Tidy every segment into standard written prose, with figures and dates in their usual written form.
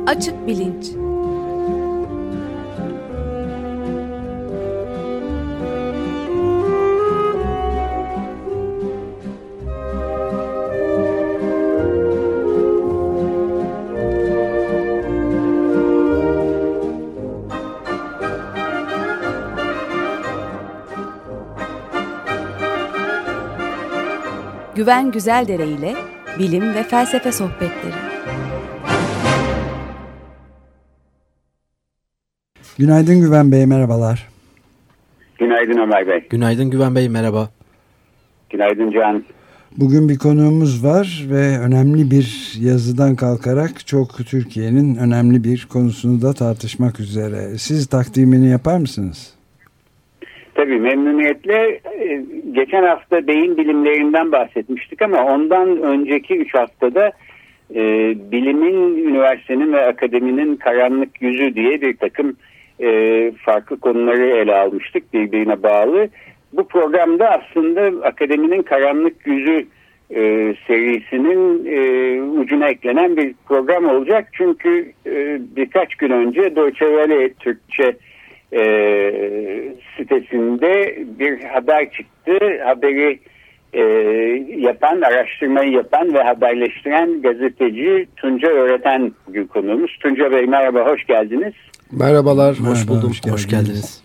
Açık Bilinç. Güven Güzeldere ile bilim ve felsefe sohbetleri. Günaydın Güven Bey, merhabalar. Günaydın Ömer Bey. Günaydın Güven Bey, merhaba. Günaydın Can. Bugün bir konuğumuz var ve önemli bir yazıdan kalkarak Türkiye'nin önemli bir konusunu da tartışmak üzere. Siz takdimini yapar mısınız? Tabii memnuniyetle. Geçen hafta beyin bilimlerinden bahsetmiştik ama ondan önceki 3 haftada bilimin, üniversitenin ve akademinin karanlık yüzü diye bir takım farklı konuları ele almıştık, birbirine bağlı. Bu programda aslında akademinin karanlık yüzü serisinin ucuna eklenen bir program olacak. Çünkü birkaç gün önce Deutsche Welle Türkçe sitesinde bir haber çıktı. Haberi yapan, araştırmayı yapan ve haberleştiren gazeteci Tunca Öğreten bugün konuğumuz. Tunca Bey merhaba, hoş geldiniz. Merhabalar, Merhaba, hoş buldum, hoş geldiniz.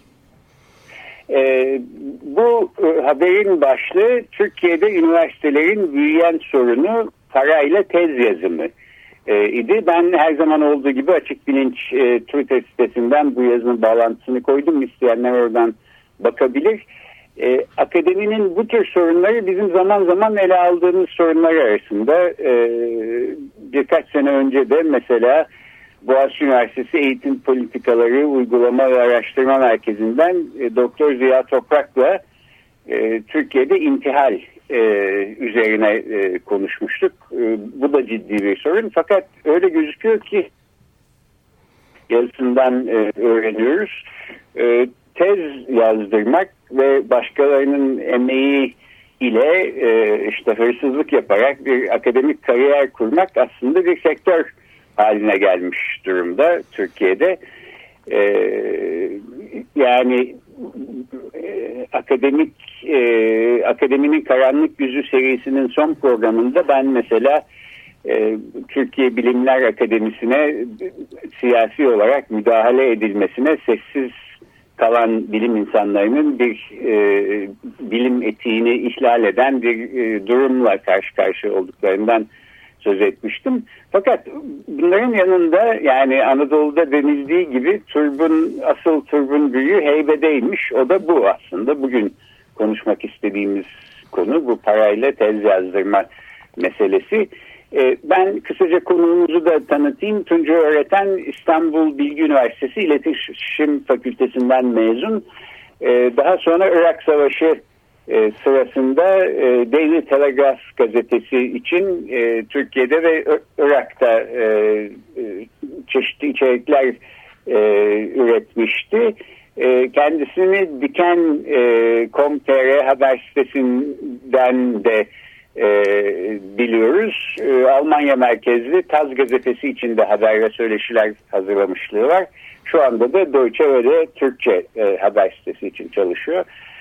Bu haberin başlığı Türkiye'de üniversitelerin büyüyen sorunu parayla tez yazımı idi. Ben her zaman olduğu gibi Açık Bilinç Twitter sitesinden bu yazının bağlantısını koydum. İsteyenler oradan bakabilir. Akademinin bu tür sorunları bizim zaman zaman ele aldığımız sorunlar arasında. Birkaç sene önce de mesela Boğaziçi Üniversitesi Eğitim Politikaları Uygulama ve Araştırma Merkezi'nden Doktor Ziya Toprak'la Türkiye'de intihal üzerine konuşmuştuk. Bu da ciddi bir sorun. Fakat öyle gözüküyor ki yazısından öğreniyoruz. Tez yazdırmak ve başkalarının emeği ile işte hırsızlık yaparak bir akademik kariyer kurmak aslında bir sektör haline gelmiş durumda Türkiye'de. Yani akademinin karanlık yüzü serisinin son programında ben mesela Türkiye Bilimler Akademisi'ne siyasi olarak müdahale edilmesine sessiz kalan bilim insanlarının bir bilim etiğini ihlal eden bir durumla karşı karşıya olduklarından söz etmiştim. Fakat bunların yanında yani Anadolu'da denildiği gibi asıl turbun büyüğü heybedeymiş. O da bu aslında. Bugün konuşmak istediğimiz konu bu parayla tez yazdırma meselesi. Ben kısaca konuğumuzu da tanıtayım. Tunca Öğreten İstanbul Bilgi Üniversitesi İletişim Fakültesinden mezun. Daha sonra Irak Savaşı sırasında Daily Telegraph gazetesi için Türkiye'de ve Irak'ta çeşitli içerikler üretmişti. Kendisini Diken.com.tr haber sitesinden de biliyoruz. Almanya merkezli Taz gazetesi için de haber ve söyleşiler hazırlamışlığı var. Şu anda da Deutsche Welle Türkçe haber sitesi için çalışıyor.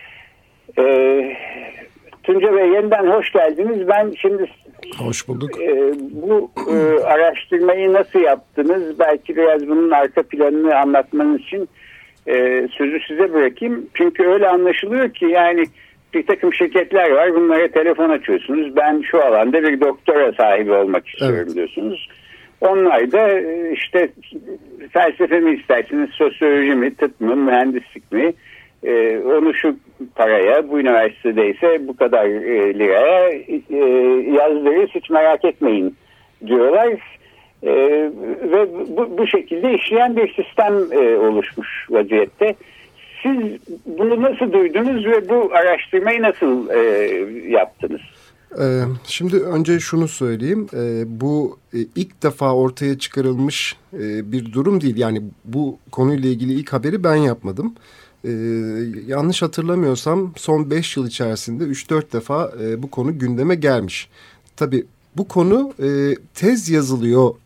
Tunca Bey yeniden hoş geldiniz. Ben şimdi hoş bulduk. Bu araştırmayı nasıl yaptınız? Belki biraz bunun arka planını anlatmanız için sözü size bırakayım. Çünkü öyle anlaşılıyor ki yani bir takım şirketler var. Bunlara telefon açıyorsunuz. Ben şu alanda bir doktora sahibi olmak istiyorum diyorsunuz. Onlar da işte felsefe mi istersiniz, sosyoloji mi, tıp mı, mühendislik mi? Onu şu paraya, bu üniversitedeyse bu kadar liraya yazdırırız, hiç merak etmeyin diyorlar. Ve bu şekilde işleyen bir sistem oluşmuş vaziyette. Siz bunu nasıl duydunuz ve bu araştırmayı nasıl yaptınız? Şimdi önce şunu söyleyeyim. Bu ilk defa ortaya çıkarılmış bir durum değil. Yani bu konuyla ilgili ilk haberi ben yapmadım. Yanlış hatırlamıyorsam son 5 yıl içerisinde 3-4 defa bu konu gündeme gelmiş. Tabii bu konu tez yazılıyor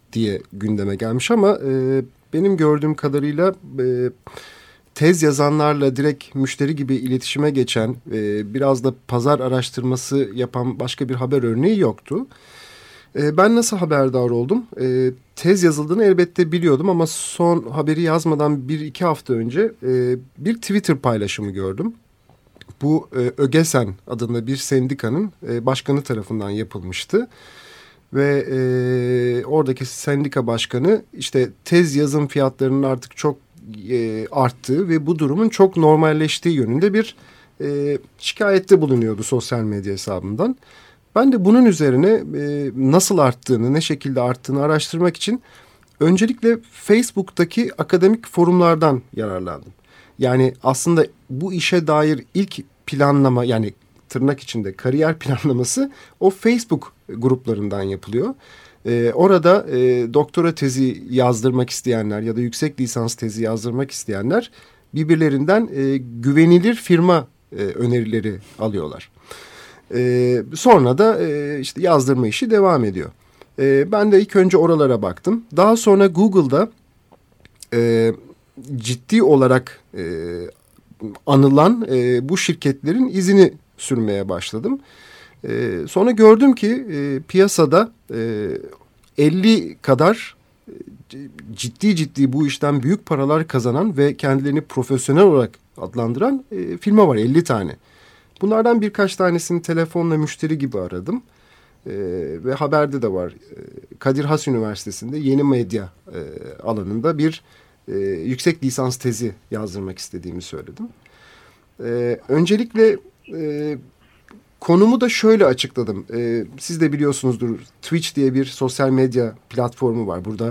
diye gündeme gelmiş ama benim gördüğüm kadarıyla tez yazanlarla direkt müşteri gibi iletişime geçen, biraz da pazar araştırması yapan başka bir haber örneği yoktu. Ben nasıl haberdar oldum? Tez yazıldığını elbette biliyordum ama son haberi yazmadan 1-2 hafta önce bir Twitter paylaşımı gördüm. Bu ÖGESEN adında bir sendikanın başkanı tarafından yapılmıştı. Ve oradaki sendika başkanı işte tez yazım fiyatlarının artık çok arttığı ve bu durumun çok normalleştiği yönünde bir şikayette bulunuyordu sosyal medya hesabından. Ben de bunun üzerine nasıl arttığını, ne şekilde arttığını araştırmak için öncelikle Facebook'taki akademik forumlardan yararlandım. Yani aslında bu işe dair ilk planlama, yani tırnak içinde kariyer planlaması o Facebook gruplarından yapılıyor. Orada doktora tezi yazdırmak isteyenler ya da yüksek lisans tezi yazdırmak isteyenler birbirlerinden güvenilir firma önerileri alıyorlar. Sonra da işte yazdırma işi devam ediyor. Ben de ilk önce oralara baktım. Daha sonra Google'da ciddi olarak anılan bu şirketlerin izini sürmeye başladım. Sonra gördüm ki piyasada 50 kadar ciddi bu işten büyük paralar kazanan ve kendilerini profesyonel olarak adlandıran firma var, 50 tane. Bunlardan birkaç tanesini telefonla müşteri gibi aradım. Ve haberde de var. Kadir Has Üniversitesi'nde yeni medya alanında bir yüksek lisans tezi yazdırmak istediğimi söyledim. Öncelikle konumu da şöyle açıkladım. Siz de biliyorsunuzdur, Twitch diye bir sosyal medya platformu var. Burada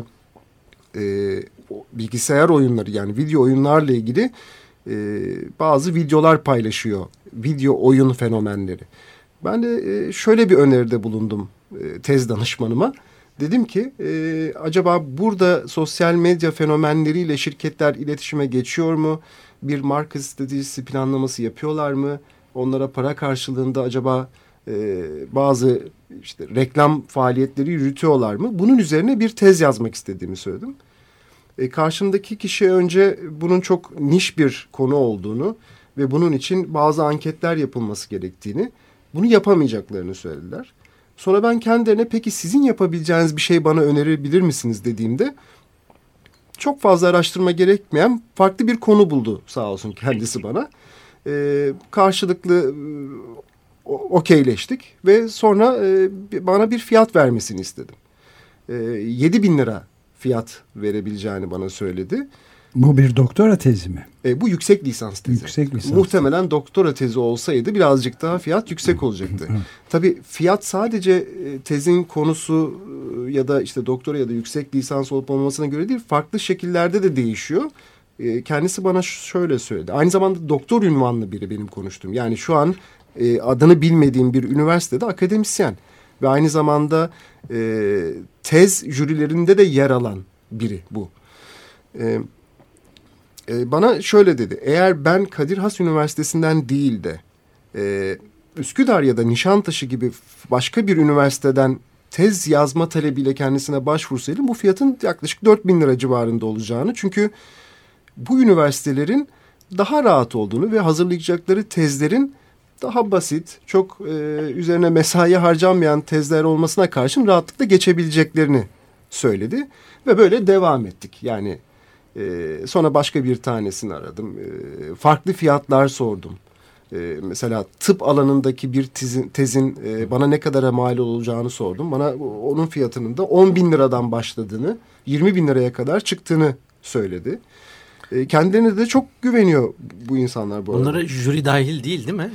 bilgisayar oyunları, yani video oyunlarla ilgili bazı videolar paylaşıyor. Video oyun fenomenleri. Ben de şöyle bir öneride bulundum tez danışmanıma. Dedim ki acaba burada sosyal medya fenomenleriyle şirketler iletişime geçiyor mu? Bir marka stratejisi planlaması yapıyorlar mı? Onlara para karşılığında acaba bazı işte reklam faaliyetleri yürütüyorlar mı? Bunun üzerine bir tez yazmak istediğimi söyledim. Karşımdaki kişi önce bunun çok niş bir konu olduğunu ve bunun için bazı anketler yapılması gerektiğini, bunu yapamayacaklarını söylediler. Sonra ben kendilerine peki sizin yapabileceğiniz bir şey bana önerebilir misiniz dediğimde çok fazla araştırma gerekmeyen farklı bir konu buldu sağ olsun kendisi bana. Karşılıklı okeyleştik ve sonra bana bir fiyat vermesini istedim. 7.000 lira fiyat verebileceğini bana söyledi. Bu bir doktora tezi mi? Bu yüksek lisans tezi. Yüksek lisans. Muhtemelen doktora tezi olsaydı birazcık daha fiyat yüksek olacaktı. Tabii fiyat sadece tezin konusu ya da işte doktora ya da yüksek lisans olup olmamasına göre değil, farklı şekillerde de değişiyor. Kendisi bana şöyle söyledi. Aynı zamanda doktor ünvanlı biri benim konuştuğum. Yani şu an adını bilmediğim bir üniversitede akademisyen ve aynı zamanda tez jürilerinde de yer alan biri bu. Bana şöyle dedi. Eğer ben Kadir Has Üniversitesi'nden değil de Üsküdar ya da Nişantaşı gibi başka bir üniversiteden tez yazma talebiyle kendisine başvursaydım bu fiyatın yaklaşık 4.000 lira civarında olacağını. Çünkü bu üniversitelerin daha rahat olduğunu ve hazırlayacakları tezlerin daha basit, çok üzerine mesai harcanmayan tezler olmasına karşın rahatlıkla geçebileceklerini söyledi. Ve böyle devam ettik. Yani sonra başka bir tanesini aradım. Farklı fiyatlar sordum. Mesela tıp alanındaki bir tezin bana ne kadara mal olacağını sordum. Bana onun fiyatının da 10.000 liradan başladığını, 20.000 liraya kadar çıktığını söyledi. Kendilerine de çok güveniyor bu insanlar bu arada. Bunlara jüri dahil değil mi?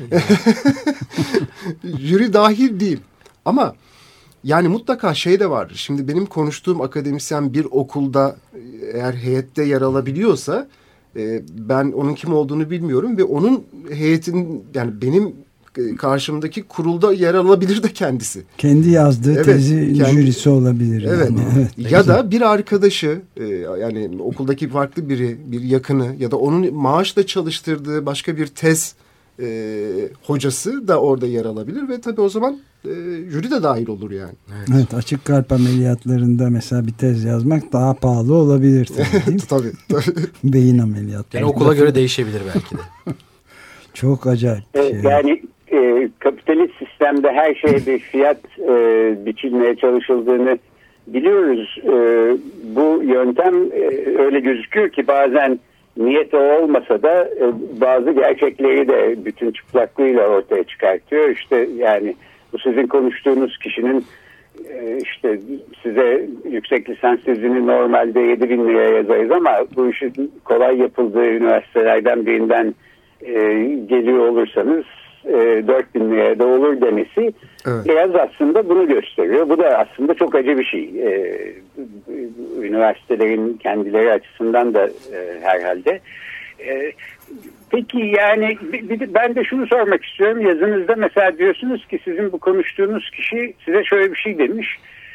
Jüri dahil değil. Ama yani mutlaka şey de var. Şimdi benim konuştuğum akademisyen bir okulda eğer heyette yer alabiliyorsa ben onun kim olduğunu bilmiyorum ve onun heyetin, yani benim karşımdaki kurulda yer alabilir de kendisi. Kendi yazdığı tezi jürisi olabilir. Evet. Yani. Evet. Ya da bir arkadaşı, yani okuldaki farklı biri, bir yakını ya da onun maaşla çalıştırdığı başka bir tez hocası da orada yer alabilir ve tabii o zaman jüri de dahil olur yani. Evet, açık kalp ameliyatlarında mesela bir tez yazmak daha pahalı olabilir tabii, değil mi? Tabii. Beyin ameliyatları. Yani okula göre değişebilir belki de. Çok acayip. Yani kapitalist sistemde her şeye bir fiyat biçilmeye çalışıldığını biliyoruz. Bu yöntem öyle gözüküyor ki bazen niyet o olmasa da bazı gerçekleri de bütün çıplaklığıyla ortaya çıkartıyor. İşte yani bu sizin konuştuğunuz kişinin işte size yüksek lisans tezini normalde 7.000 liraya yazarız ama bu işin kolay yapıldığı üniversitelerden birinden geliyor olursanız 4.000 liraya da olur demesi biraz aslında bunu gösteriyor. Bu da aslında çok acı bir şey. Üniversitelerin kendileri açısından da herhalde. Peki yani ben de şunu sormak istiyorum. Yazınızda mesela diyorsunuz ki sizin bu konuştuğunuz kişi size şöyle bir şey demiş.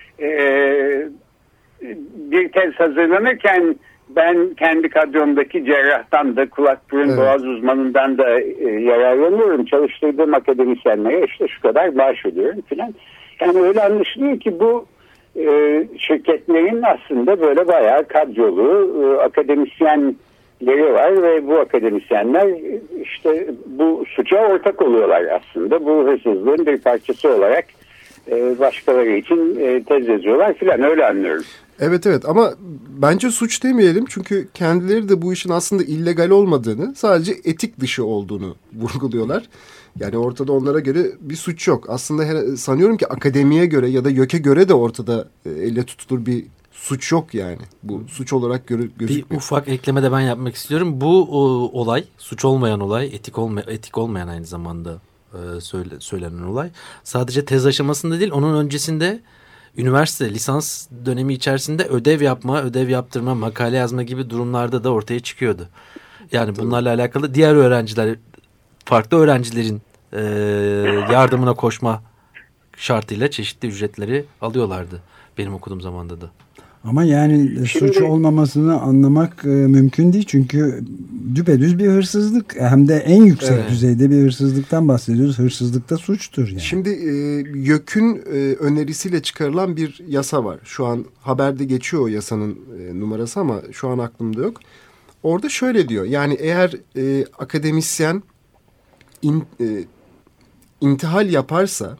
Bir tez hazırlanırken ben kendi kadromdaki cerrahtan da kulak burun boğaz uzmanından da yararlanıyorum. Çalıştırdığım akademisyenlere işte şu kadar maaş ödüyorum filan. Yani öyle anlaşılıyor ki bu şirketlerin aslında böyle bayağı kadrolu akademisyenleri var ve bu akademisyenler işte bu suça ortak oluyorlar aslında. Bu hırsızlığın bir parçası olarak başkaları için tez yazıyorlar filan, öyle anlıyorum. Evet ama bence suç demeyelim çünkü kendileri de bu işin aslında illegal olmadığını, sadece etik dışı olduğunu vurguluyorlar. Yani ortada onlara göre bir suç yok. Aslında sanıyorum ki akademiye göre ya da YÖK'e göre de ortada elle tutulur bir suç yok yani. Bu suç olarak gözükmüyor. Bir ufak ekleme de ben yapmak istiyorum. Bu olay, suç olmayan olay, etik olmayan aynı zamanda söylenen olay. Sadece tez aşamasında değil, onun öncesinde üniversite, lisans dönemi içerisinde ödev yapma, ödev yaptırma, makale yazma gibi durumlarda da ortaya çıkıyordu. Yani bunlarla alakalı diğer öğrenciler, farklı öğrencilerin yardımına koşma şartıyla çeşitli ücretleri alıyorlardı benim okuduğum zamanda da. Ama yani suç olmamasını anlamak mümkün değil çünkü düpedüz bir hırsızlık, hem de en yüksek düzeyde bir hırsızlıktan bahsediyoruz. Hırsızlık da suçtur yani. Şimdi YÖK'ün önerisiyle çıkarılan bir yasa var. Şu an haberde geçiyor o yasanın numarası ama şu an aklımda yok. Orada şöyle diyor, yani eğer akademisyen intihal yaparsa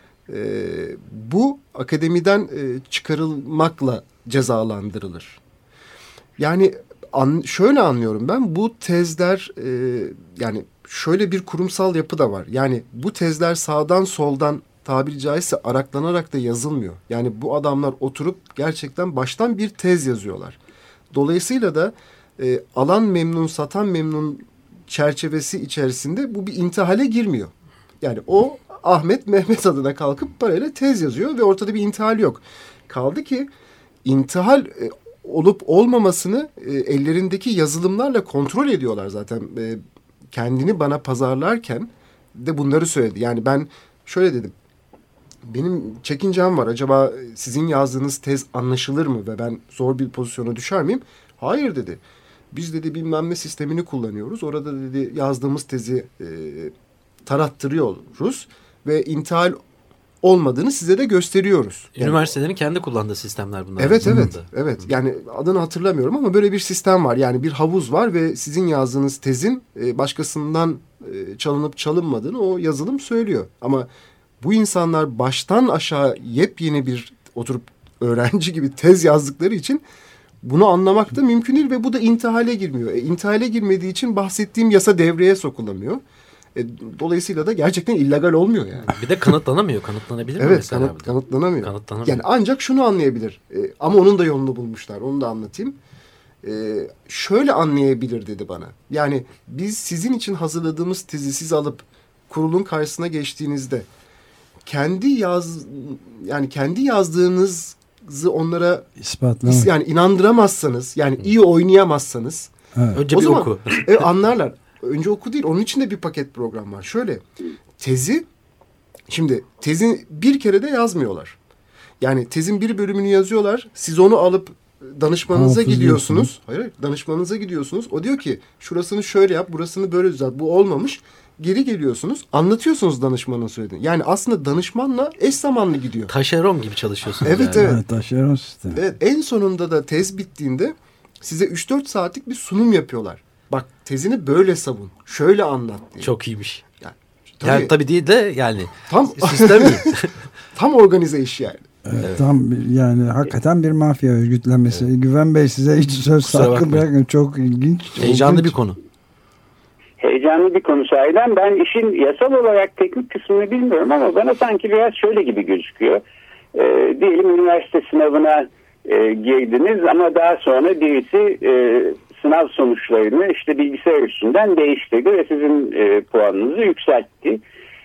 bu akademiden çıkarılmakla cezalandırılır. Yani şöyle anlıyorum ben, bu tezler yani şöyle bir kurumsal yapı da var. Yani bu tezler sağdan soldan tabiri caizse araklanarak da yazılmıyor. Yani bu adamlar oturup gerçekten baştan bir tez yazıyorlar. Dolayısıyla da alan memnun, satan memnun çerçevesi içerisinde bu bir intihale girmiyor. Yani o Ahmet Mehmet adına kalkıp parayla tez yazıyor ve ortada bir intihal yok. Kaldı ki intihal olup olmamasını ellerindeki yazılımlarla kontrol ediyorlar zaten. Kendini bana pazarlarken de bunları söyledi. Yani ben şöyle dedim. Benim çekincem var. Acaba sizin yazdığınız tez anlaşılır mı ve ben zor bir pozisyona düşer miyim? Hayır dedi. Biz dedi bilmem ne sistemini kullanıyoruz. Orada dedi yazdığımız tezi tarattırıyoruz ve intihal olmadığını size de gösteriyoruz. Yani, üniversitelerin kendi kullandığı sistemler bunlar. Evet. Yani adını hatırlamıyorum ama böyle bir sistem var. Yani bir havuz var ve sizin yazdığınız tezin başkasından çalınıp çalınmadığını o yazılım söylüyor. Ama bu insanlar baştan aşağı yepyeni bir oturup öğrenci gibi tez yazdıkları için bunu anlamak da mümkün değil ve bu da intihale girmiyor. İntihale girmediği için bahsettiğim yasa devreye sokulamıyor. Dolayısıyla da gerçekten illegal olmuyor yani. Bir de kanıtlanamıyor. Kanıtlanabilir mi mesela? Evet, kanıtlanamıyor. Yani ancak şunu anlayabilir. Ama onun da yolunu bulmuşlar. Onu da anlatayım. Şöyle anlayabilir dedi bana. Yani biz sizin için hazırladığımız tezi siz alıp kurulun karşısına geçtiğinizde kendi yazdığınızı onlara yani inandıramazsanız, yani iyi oynayamazsanız önce bir oku. Anlarlar. Önce oku değil, onun için de bir paket program var. Şöyle, tezi bir kere de yazmıyorlar. Yani tezin bir bölümünü yazıyorlar. Siz onu alıp danışmanınıza gidiyorsunuz. Hayır, danışmanınıza gidiyorsunuz. O diyor ki şurasını şöyle yap, burasını böyle düzelt. Bu olmamış. geri geliyorsunuz, anlatıyorsunuz danışmanın söylediğini. Yani aslında danışmanla eş zamanlı gidiyor. Taşeron gibi çalışıyorsunuz. Evet, yani. evet. Taşeron sistemi. Evet, en sonunda da tez bittiğinde size 3-4 saatlik bir sunum yapıyorlar. Bak, tezini böyle savun, şöyle anlat diye. Çok iyiymiş. Yani, tabii değil de yani tam sistem iyi. tam organize iş yani. Evet. Tam yani hakikaten bir mafya örgütlenmesi. Evet. Güven Bey, size hiç söz hakkı bırakın. Çok ilginç. Heyecanlı bir konu. Heyecanlı bir konu sahiden. Ben işin yasal olarak teknik kısmını bilmiyorum ama bana sanki biraz şöyle gibi gözüküyor. Diyelim üniversite sınavına girdiniz ama daha sonra birisi sınav sonuçlarını işte bilgisayar üstünden değiştirdi ve sizin puanınızı yükseltti.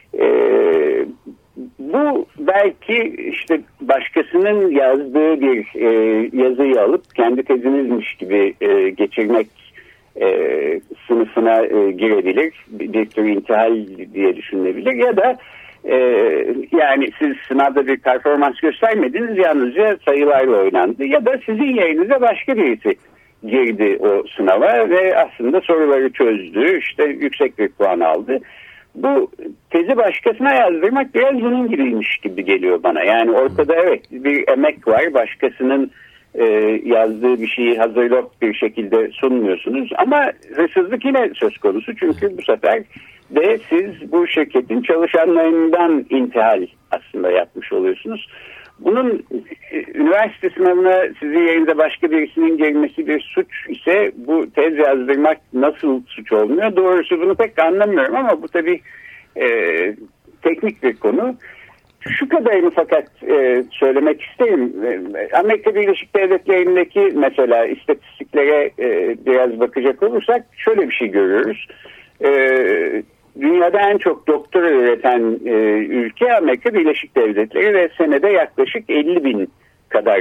Bu belki işte başkasının yazdığı bir yazıyı alıp kendi tezinizmiş gibi geçirmek sınıfına girebilir. Bir tür intihal diye düşünülebilir ya da yani siz sınavda bir performans göstermediniz, yalnızca sayılarla oynandı ya da sizin yerinize başka birisi girdi o sınava ve aslında soruları çözdü, işte yüksek bir puan aldı. Bu tezi başkasına yazdırmak biraz bunun gibiymiş gibi geliyor bana. Yani ortada evet bir emek var, başkasının yazdığı bir şeyi hazırlayıp bir şekilde sunmuyorsunuz ama hırsızlık yine söz konusu, çünkü bu sefer de siz bu şirketin çalışanlarından intihal aslında yapmış oluyorsunuz. Bunun üniversite sınavına sizin yerinize başka birisinin gelmesi bir suç ise bu tez yazdırmak nasıl suç olmuyor? Doğrusu bunu pek anlamıyorum ama bu tabii teknik bir konu. Şu kadarını fakat söylemek isterim. Amerika Birleşik Devletleri'ndeki mesela istatistiklere biraz bakacak olursak şöyle bir şey görüyoruz. Dünyada en çok doktora üreten ülke Amerika Birleşik Devletleri ve senede yaklaşık 50 bin kadar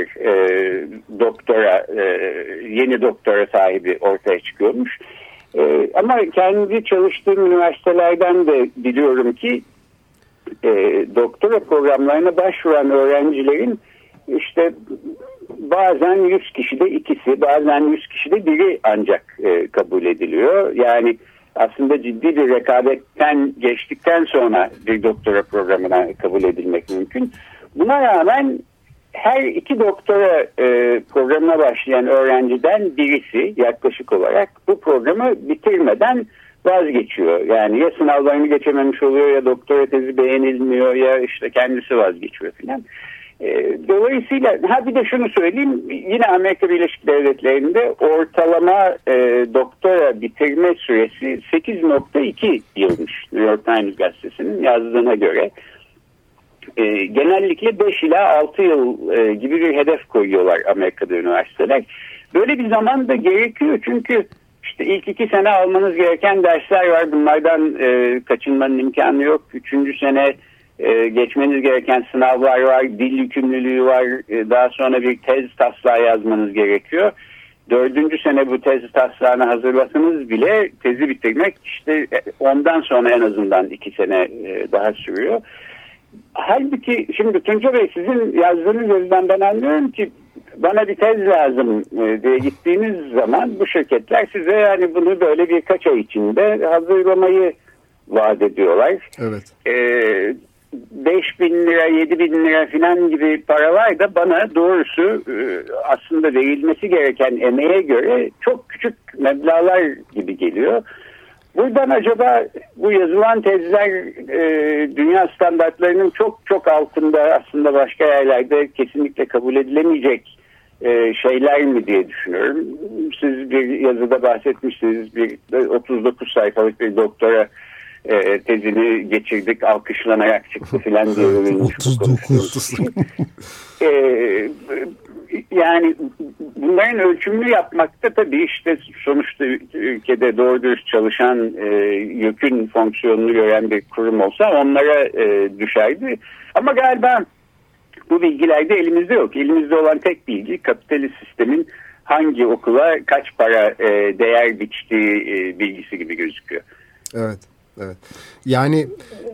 yeni doktora sahibi ortaya çıkıyormuş. Ama kendi çalıştığım üniversitelerden de biliyorum ki doktora programlarına başvuran öğrencilerin işte bazen 100 kişide ikisi, bazen 100 kişide biri ancak kabul ediliyor. Yani aslında ciddi bir rekabetten geçtikten sonra bir doktora programına kabul edilmek mümkün. Buna rağmen her iki doktora programına başlayan öğrenciden birisi yaklaşık olarak bu programı bitirmeden vazgeçiyor. Yani ya sınavlarını geçememiş oluyor ya doktora tezi beğenilmiyor ya işte kendisi vazgeçiyor filan. Dolayısıyla bir de şunu söyleyeyim, yine Amerika Birleşik Devletleri'nde ortalama doktora bitirme süresi 8.2 yılmış, New York Times gazetesinin yazdığına göre. Genellikle 5 ila 6 yıl gibi bir hedef koyuyorlar Amerika'da üniversiteler. Böyle bir zaman da gerekiyor çünkü işte ilk 2 sene almanız gereken dersler var. Bunlardan kaçınmanın imkanı yok. 3. sene geçmeniz gereken sınavlar var. Dil yükümlülüğü var. Daha sonra bir tez taslağı yazmanız gerekiyor. 4. sene bu tez taslağını hazırlasanız bile tezi bitirmek işte ondan sonra en azından 2 sene daha sürüyor. Halbuki şimdi Tunca Bey, sizin yazdığınız yazıdan ben anlıyorum ki bana bir tez lazım diye gittiğiniz zaman bu şirketler size yani bunu böyle birkaç ay içinde hazırlamayı vaat ediyorlar. Evet. 5 bin lira, 7 bin lira falan gibi paralar da bana doğrusu aslında verilmesi gereken emeğe göre çok küçük meblağlar gibi geliyor. Buradan acaba bu yazılan tezler dünya standartlarının çok çok altında, aslında başka yerlerde kesinlikle kabul edilemeyecek şeyler mi diye düşünüyorum. Siz bir yazıda bahsetmişsiniz, bir 39 sayfalık bir doktora tezini geçirdik, alkışlanarak çıktı filan diye. 39. Yani bunların ölçümünü yapmakta tabii işte sonuçta ülkede doğru dürüst çalışan YÖK'ün fonksiyonunu gören bir kurum olsa onlara düşerdi. Ama galiba bu bilgiler de elimizde yok. Elimizde olan tek bilgi kapitalist sistemin hangi okula kaç para değer biçtiği bilgisi gibi gözüküyor. Evet, evet. Yani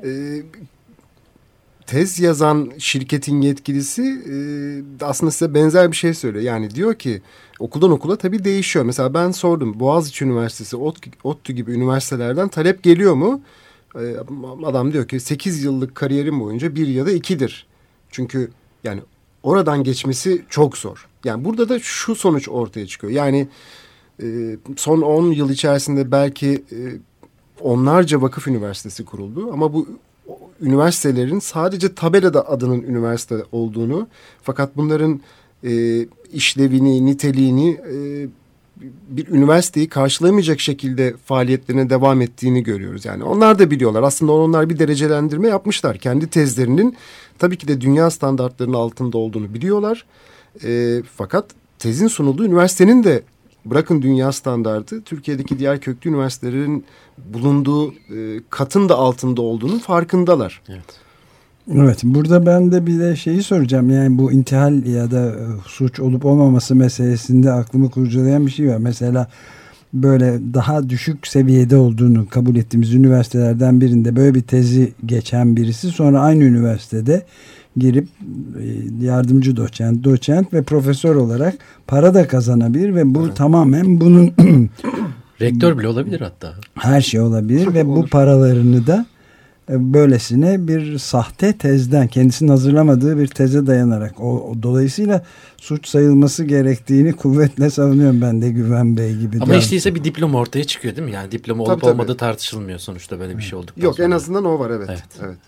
tez yazan şirketin yetkilisi aslında size benzer bir şey söylüyor. Yani diyor ki okuldan okula tabii değişiyor. Mesela ben sordum, Boğaziçi Üniversitesi, ODTÜ gibi üniversitelerden talep geliyor mu? Adam diyor ki 8 yıllık kariyerim boyunca 1 ya da 2'dir. Çünkü yani oradan geçmesi çok zor. Yani burada da şu sonuç ortaya çıkıyor. Yani son 10 yıl içerisinde belki onlarca vakıf üniversitesi kuruldu. Ama bu üniversitelerin sadece tabelada adının üniversite olduğunu, fakat bunların işlevini, niteliğini bir üniversiteyi karşılayamayacak şekilde faaliyetlerine devam ettiğini görüyoruz. Yani onlar da biliyorlar. Aslında onlar bir derecelendirme yapmışlar. Kendi tezlerinin tabii ki de dünya standartlarının altında olduğunu biliyorlar. Fakat tezin sunulduğu üniversitenin de, bırakın dünya standartı, Türkiye'deki diğer köklü üniversitelerin bulunduğu katın da altında olduğunun farkındalar. Evet. Evet, burada ben de bir de şeyi soracağım. Yani bu intihal ya da suç olup olmaması meselesinde aklımı kurcalayan bir şey var. Mesela böyle daha düşük seviyede olduğunu kabul ettiğimiz üniversitelerden birinde böyle bir tezi geçen birisi sonra aynı üniversitede girip yardımcı doçent ve profesör olarak para da kazanabilir ve bu tamamen bunun rektör bile olabilir hatta. Her şey olabilir ve bu paralarını da böylesine bir sahte tezden, kendisinin hazırlamadığı bir teze dayanarak dolayısıyla suç sayılması gerektiğini kuvvetle savunuyorum ben de Güven Bey gibi. Ama hiç değilse bir diploma ortaya çıkıyor değil mi? Yani diploma olup olmadığı tartışılmıyor sonuçta böyle bir şey olduktan Yok, sonra. en azından o var, evet.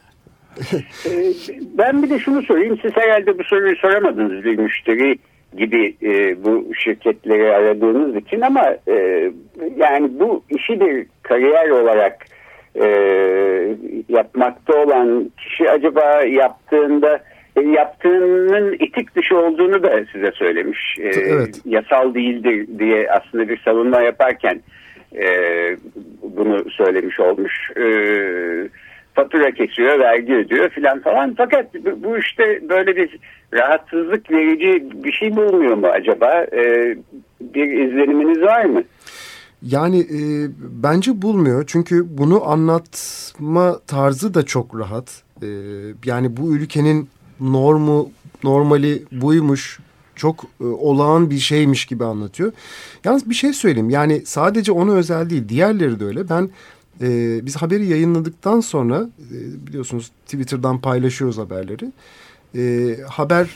Ben bir de şunu sorayım. Siz herhalde bu soruyu soramadınız bir müşteri gibi bu şirketleri aradığınız için ama yani bu işi bir kariyer olarak yapmakta olan kişi acaba yaptığının etik dışı olduğunu da size söylemiş. Evet. Yasal değildir diye aslında bir savunma yaparken bunu söylemiş olmuş. Fatura kesiyor, vergi ödüyor filan falan. Fakat bu işte böyle bir rahatsızlık verici bir şey bulmuyor mu acaba? Bir izleniminiz var mı? Yani bence bulmuyor. Çünkü bunu anlatma tarzı da çok rahat. Yani bu ülkenin normali buymuş. Çok olağan bir şeymiş gibi anlatıyor. Yalnız bir şey söyleyeyim. Yani sadece ona özel değil. Diğerleri de öyle. Biz haberi yayınladıktan sonra biliyorsunuz Twitter'dan paylaşıyoruz haberleri. Haber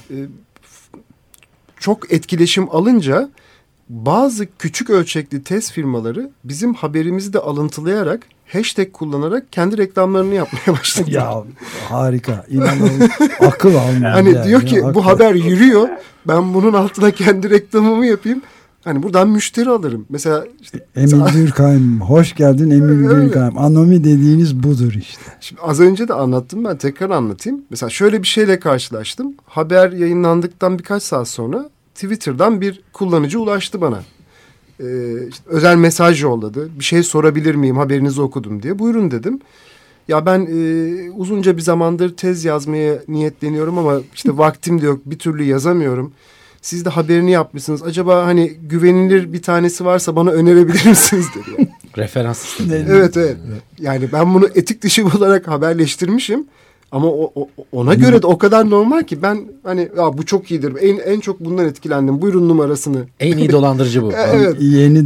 çok etkileşim alınca bazı küçük ölçekli tez firmaları bizim haberimizi de alıntılayarak, hashtag kullanarak kendi reklamlarını yapmaya başladı. Ya harika, inanılmaz, akıl almıyor. Hani yani, diyor ki bu haber yürüyor, ben bunun altına kendi reklamımı yapayım. Hani buradan müşteri alırım. Mesela işte, Emil Durkheim, hoş geldin Emil Durkheim. Anomi dediğiniz budur işte. Şimdi az önce de anlattım, ben tekrar anlatayım. Mesela şöyle bir şeyle karşılaştım. Haber yayınlandıktan birkaç saat sonra Twitter'dan bir kullanıcı ulaştı bana. İşte özel mesaj yolladı. Bir şey sorabilir miyim, haberinizi okudum diye. Buyurun dedim. Ya ben uzunca bir zamandır tez yazmaya niyetleniyorum ama işte vaktim de yok, bir türlü yazamıyorum. Siz de haberini yapmışsınız. Acaba hani güvenilir bir tanesi varsa bana önerebilir misiniz dedi. Referans istedi. Evet. Yani ben bunu etik dışı olarak haberleştirmişim. Ama ona göre de o kadar normal ki ben hani ya bu çok iyidir. En çok bundan etkilendim. Buyurun numarasını. En iyi dolandırıcı bu. Evet. Yeni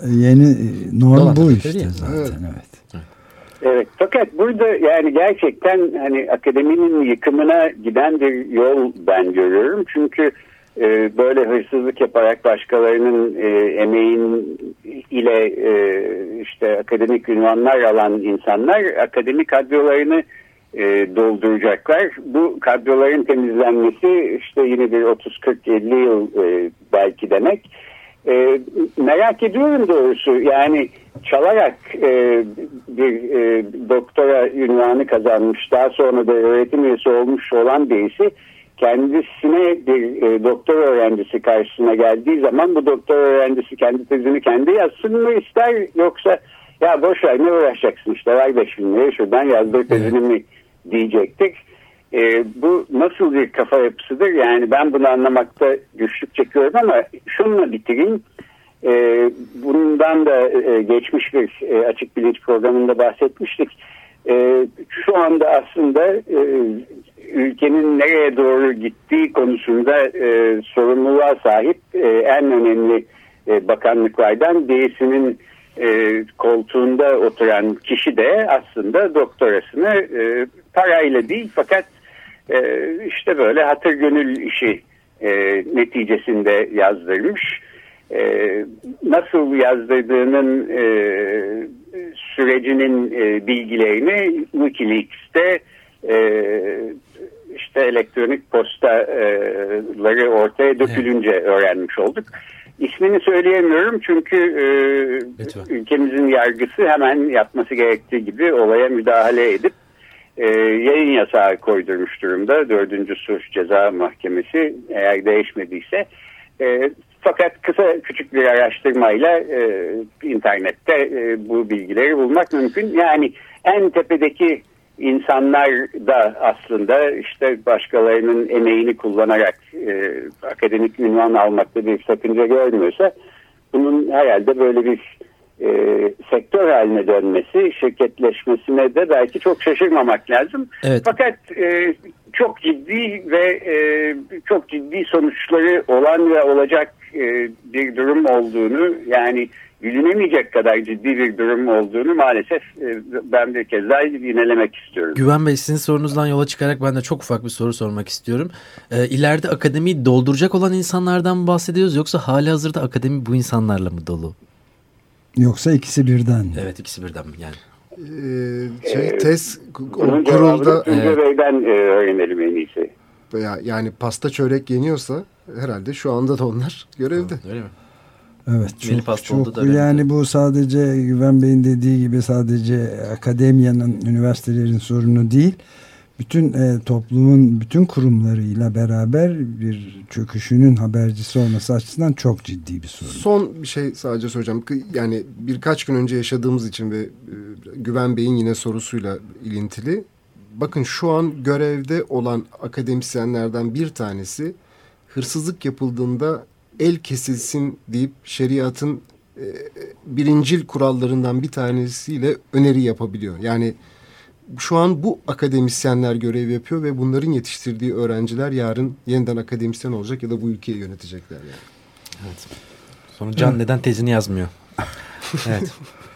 norm bu işte zaten. Evet. Fakat burada yani gerçekten hani akademinin yıkımına giden bir yol ben görüyorum. Çünkü böyle hırsızlık yaparak başkalarının emeğin ile işte akademik ünvanlar alan insanlar akademik kadrolarını dolduracaklar. Bu kadroların temizlenmesi işte yine bir 30-40-50 yıl belki demek. Merak ediyorum doğrusu. Yani çalarak bir doktora ünvanı kazanmış, daha sonra da öğretim üyesi olmuş olan birisi kendisine bir doktor öğrencisi karşısına geldiği zaman bu doktor öğrencisi kendi tezini kendi yazsın mı ister, yoksa ya boşver ne uğraşacaksın işte ver 5.000 liraya şuradan yazdır tezini mi diyecektik. Bu nasıl bir kafa yapısıdır? Yani ben bunu anlamakta güçlük çekiyorum ama şununla bitireyim. Bundan da geçmiş bir Açık Bilinç programında bahsetmiştik. Şu anda aslında ülkenin nereye doğru gittiği konusunda sorumluluğa sahip en önemli bakanlıklardan birisinin koltuğunda oturan kişi de aslında doktorasını parayla değil fakat işte böyle hatır gönül işi neticesinde yazdırmış. Nasıl yazdırdığının sürecinin bilgilerini WikiLeaks'te işte elektronik postaları ortaya dökülünce öğrenmiş olduk. İsmini söyleyemiyorum çünkü ülkemizin yargısı hemen yapması gerektiği gibi olaya müdahale edip yayın yasağı koydurmuş durumda. 4. Suç Ceza Mahkemesi eğer değişmediyse. Fakat küçük bir araştırmayla internette bu bilgileri bulmak mümkün. Yani en tepedeki insanlar da aslında işte başkalarının emeğini kullanarak akademik ünvan almakta bir sakınca görmüyorsa bunun herhalde böyle bir sektör haline dönmesi, şirketleşmesine de belki çok şaşırmamak lazım. Evet. Fakat çok ciddi ve çok ciddi sonuçları olan ve olacak bir durum olduğunu, yani gülünemeyecek kadar ciddi bir durum olduğunu maalesef ben bir kez daha yinelemek istiyorum. Güven Bey, sizin sorunuzdan yola çıkarak ben de çok ufak bir soru sormak istiyorum. İleride akademiyi dolduracak olan insanlardan mı bahsediyoruz, yoksa hali hazırda akademi bu insanlarla mı dolu? Yoksa ikisi birden mi? Evet, ikisi birden mi yani? Tez kurulda Tunca Bey'den öğrenelim en iyisi. Yani pasta çörek yeniyorsa herhalde şu anda da onlar görevde. Öyle mi? Evet, çok yani bu sadece Güven Bey'in dediği gibi sadece akademiyanın, üniversitelerin sorunu değil. Bütün toplumun bütün kurumlarıyla beraber bir çöküşünün habercisi olması açısından çok ciddi bir sorun. Son bir şey sadece söyleyeceğim. Yani birkaç gün önce yaşadığımız için ve Güven Bey'in yine sorusuyla ilintili. Bakın, şu an görevde olan akademisyenlerden bir tanesi hırsızlık yapıldığında el kesilsin deyip şeriatın birincil kurallarından bir tanesiyle öneri yapabiliyor. Yani şu an bu akademisyenler görev yapıyor ve bunların yetiştirdiği öğrenciler yarın yeniden akademisyen olacak ya da bu ülkeyi yönetecekler yani. Evet. Sonra Can neden tezini yazmıyor? Evet.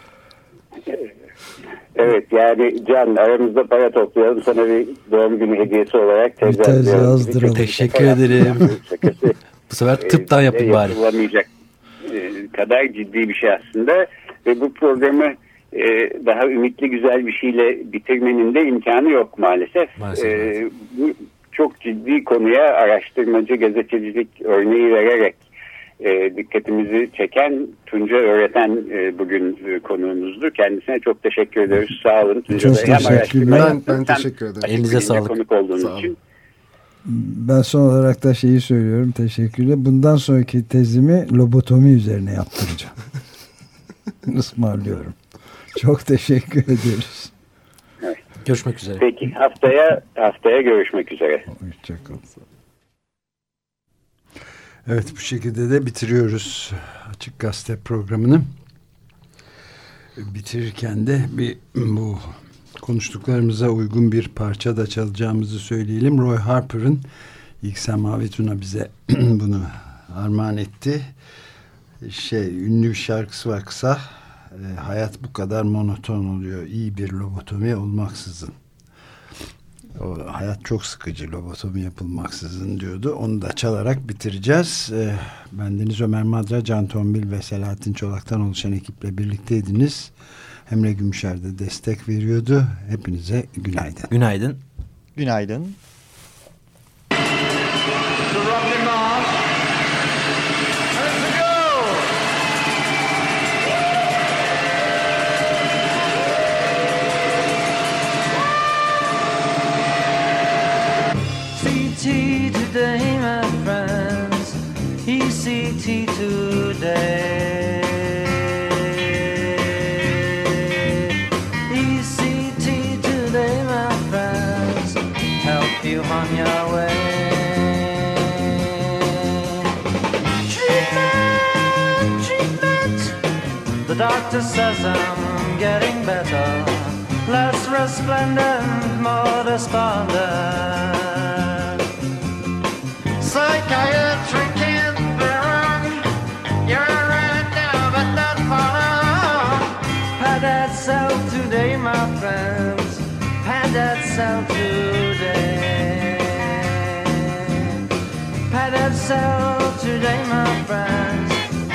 Evet, yani Can, aramızda para toplayalım, sana bir doğum günü hediyesi olarak tez yazdıralım. Teşekkür ederim. Bu sefer tıptan yapın bari. Yapılamayacak kadar ciddi bir şey aslında ve bu programı daha ümitli güzel bir şeyle bitirmenin de imkanı yok maalesef. Bu çok ciddi konuya araştırmacı, gazetecilik örneği vererek dikkatimizi çeken Tunca Öğreten bugün konuğumuzdu. Kendisine çok teşekkür ederiz. Sağ olun Tunca Bey. Çok teşekkürler. Ben teşekkür ederim. Elinize sağlık. Konuk olduğunuz için. Ben son olarak da şeyi söylüyorum. Teşekkürler. Bundan sonraki tezimi lobotomi üzerine yaptıracağım. Ismarlıyorum. Çok teşekkür ediyoruz. Evet. Görüşmek üzere. Peki, haftaya görüşmek üzere. Hoşçakalın. Evet, bu şekilde de bitiriyoruz Açık Gazete programını. Bitirirken de bu konuştuklarımıza uygun bir parça da çalacağımızı söyleyelim. Roy Harper'ın ilk Semavi Tuna bize bunu armağan etti. Ünlü bir şarkısı var, kısa. Hayat bu kadar monoton oluyor iyi bir lobotomi olmaksızın. Hayat çok sıkıcı lobotomi yapılmaksızın diyordu. Onu da çalarak bitireceğiz. Bendeniz Ömer Madra, Can Tombil ve Selahattin Çolak'tan oluşan ekiple birlikteydiniz. Emre Gümüşer de destek veriyordu. Hepinize günaydın. Günaydın. Günaydın. Today, my friends, ECT today. ECT today, my friends, help you on your way. Treatment, the doctor says I'm getting better, less resplendent, more despondent. Psychiatry can't be wrong. You're right now, but not for long. cell today, my friends. Pad that cell today. Pad that cell today, my friends.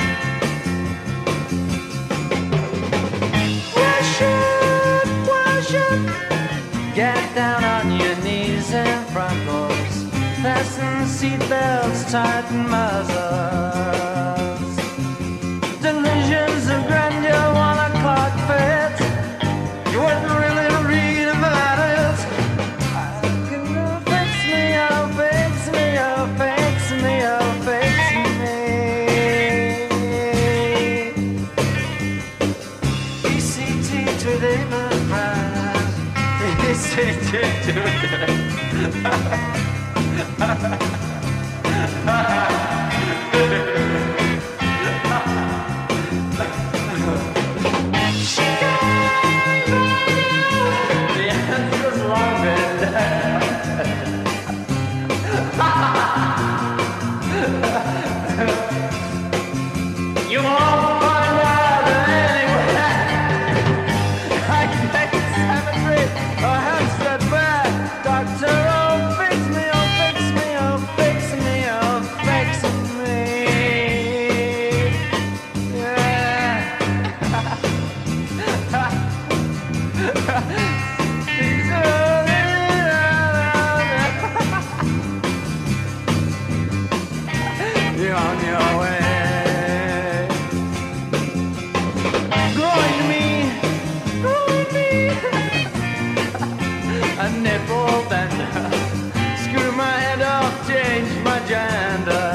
Worship. Get down on your knees and front rows. Fasten seatbelts, tighten muzzles. Delusions of grandeur, 1 o'clock fit. You wouldn't really read about it. Fix me, oh, fix me, oh, fix me, oh, fix me. ECT today, my friend. ECT today. You won't find out anyway. I take 7-3 or Hampstead Fair. Doctor, oh, fix me, oh, fix me, oh, fix me, oh, fix me. Yeah. You're on your way. A nipple bender. Screw my head off, change my gender.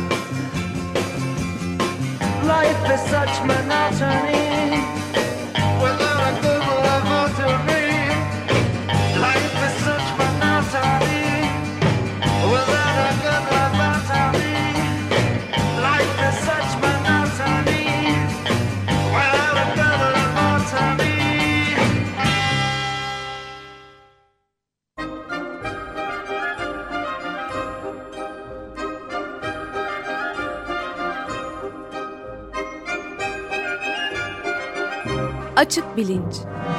Life is such monotony without a good level to be. Life is such monotony without a good level to be. Life is such monotony without a good level to be. Açık Bilinç.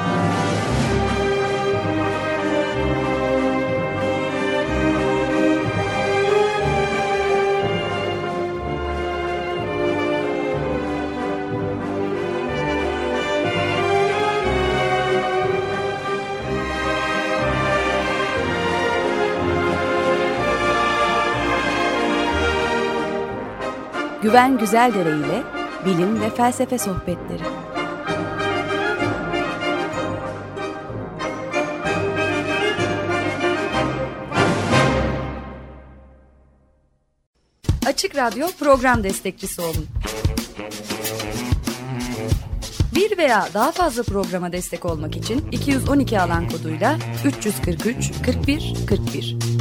Güven Güzeldere ile bilim ve felsefe sohbetleri. Açık Radyo program destekçisi olun. Bir veya daha fazla programa destek olmak için 212 alan koduyla 343 41 41